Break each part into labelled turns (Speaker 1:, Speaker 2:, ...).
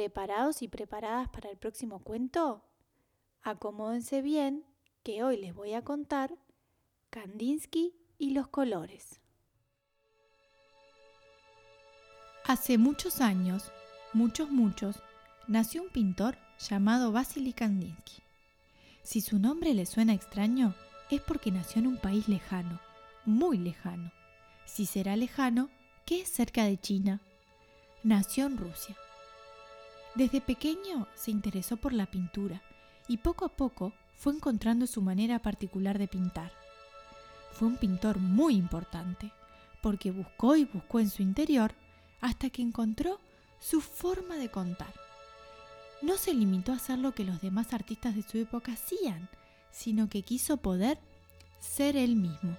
Speaker 1: ¿Preparados y preparadas para el próximo cuento? Acomódense bien, que hoy les voy a contar Kandinsky y los colores. Hace muchos años, muchos, nació un pintor llamado Vasily Kandinsky. Si su nombre le suena extraño, es porque nació en un país lejano, muy lejano. Si será lejano, que es cerca de China. Nació en Rusia. Desde pequeño se interesó por la pintura y poco a poco fue encontrando su manera particular de pintar. Fue un pintor muy importante porque buscó y buscó en su interior hasta que encontró su forma de contar. No se limitó a hacer lo que los demás artistas de su época hacían, sino que quiso poder ser él mismo.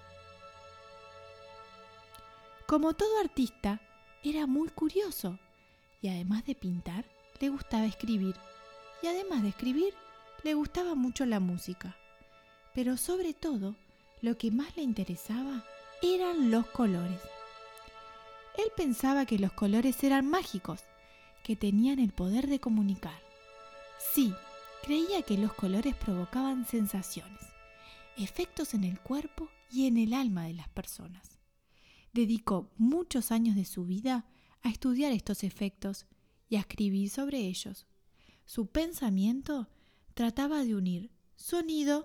Speaker 1: Como todo artista, era muy curioso y además de pintar, le gustaba escribir, y además de escribir, le gustaba mucho la música. Pero sobre todo, lo que más le interesaba eran los colores. Él pensaba que los colores eran mágicos, que tenían el poder de comunicar. Sí, creía que los colores provocaban sensaciones, efectos en el cuerpo y en el alma de las personas. Dedicó muchos años de su vida a estudiar estos efectos y a escribir sobre ellos. Su pensamiento trataba de unir sonido,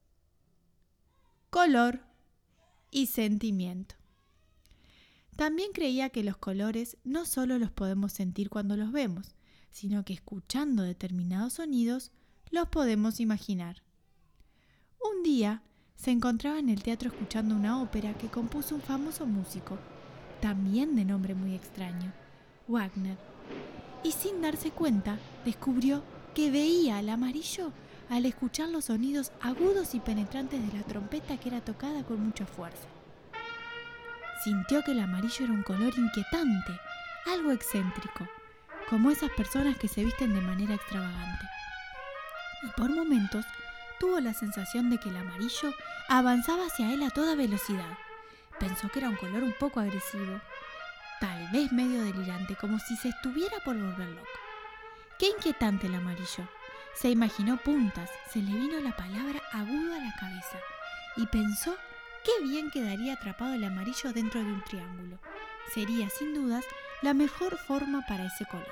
Speaker 1: color y sentimiento. También creía que los colores no solo los podemos sentir cuando los vemos, sino que escuchando determinados sonidos los podemos imaginar. Un día se encontraba en el teatro escuchando una ópera que compuso un famoso músico, también de nombre muy extraño, Wagner. Y sin darse cuenta, descubrió que veía al amarillo al escuchar los sonidos agudos y penetrantes de la trompeta que era tocada con mucha fuerza. Sintió que el amarillo era un color inquietante, algo excéntrico, como esas personas que se visten de manera extravagante. Y por momentos tuvo la sensación de que el amarillo avanzaba hacia él a toda velocidad. Pensó que era un color un poco agresivo, tal vez medio delirante, como si se estuviera por volver loco. ¡Qué inquietante el amarillo! Se imaginó puntas, se le vino la palabra agudo a la cabeza y pensó qué bien quedaría atrapado el amarillo dentro de un triángulo. Sería, sin dudas, la mejor forma para ese color.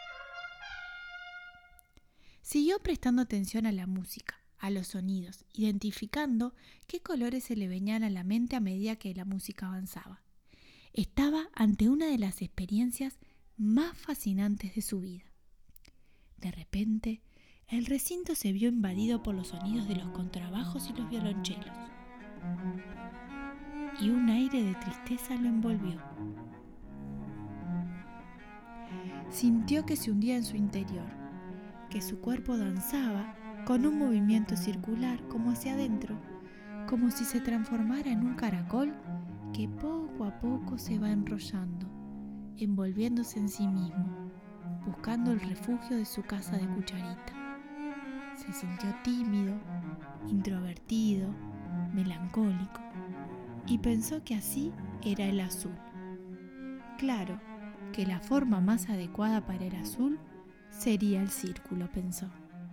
Speaker 1: Siguió prestando atención a la música, a los sonidos, identificando qué colores se le venían a la mente a medida que la música avanzaba. Estaba ante una de las experiencias más fascinantes de su vida. De repente, el recinto se vio invadido por los sonidos de los contrabajos y los violonchelos. Y un aire de tristeza lo envolvió. Sintió que se hundía en su interior, que su cuerpo danzaba con un movimiento circular como hacia adentro, como si se transformara en un caracol que poco a poco se va enrollando, envolviéndose en sí mismo, buscando el refugio de su casa de cucharita. Se sintió tímido, introvertido, melancólico, y pensó que así era el azul. Claro, que la forma más adecuada para el azul sería el círculo, pensó.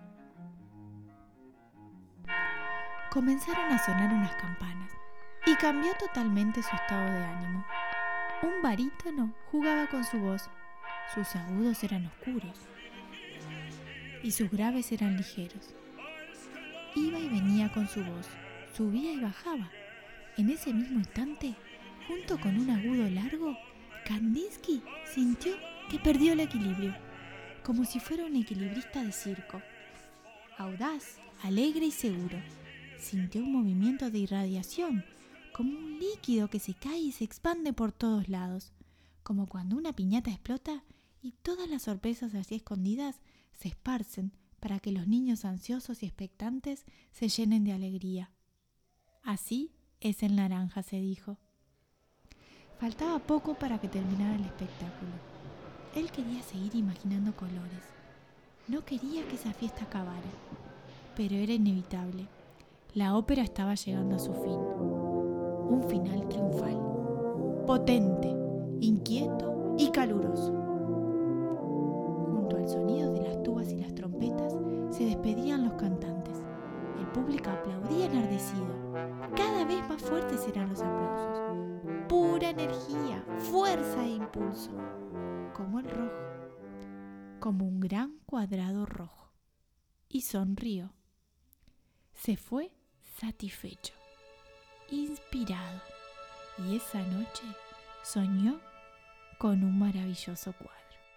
Speaker 1: Comenzaron a sonar unas campanas y cambió totalmente su estado de ánimo. Un barítono jugaba con su voz. Sus agudos eran oscuros y sus graves eran ligeros. Iba y venía con su voz, subía y bajaba. En ese mismo instante, junto con un agudo largo, Kandinsky sintió que perdió el equilibrio, como si fuera un equilibrista de circo. Audaz, alegre y seguro, sintió un movimiento de irradiación, como un líquido que se cae y se expande por todos lados, como cuando una piñata explota y todas las sorpresas así escondidas se esparcen para que los niños ansiosos y expectantes se llenen de alegría. Así es el naranja, se dijo. Faltaba poco para que terminara el espectáculo. Él quería seguir imaginando colores. No quería que esa fiesta acabara, pero era inevitable. La ópera estaba llegando a su fin. Un final triunfal, potente, inquieto y caluroso. Junto al sonido de las tubas y las trompetas, se despedían los cantantes. El público aplaudía enardecido. Cada vez más fuertes eran los aplausos. Pura energía, fuerza e impulso. Como el rojo. Como un gran cuadrado rojo. Y sonrió. Se fue satisfecho, inspirado. Y esa noche soñó con un maravilloso cuadro.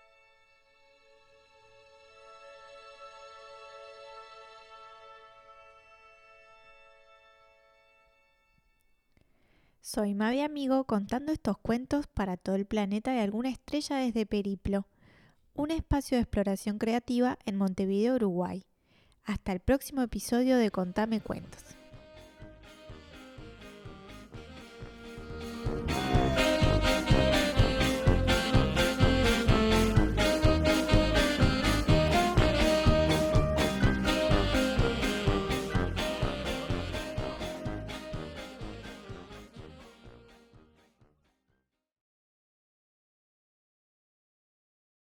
Speaker 2: Soy Mavi Amigo contando estos cuentos para todo el planeta de alguna estrella desde Periplo, un espacio de exploración creativa en Montevideo, Uruguay. Hasta el próximo episodio de Contame Cuentos.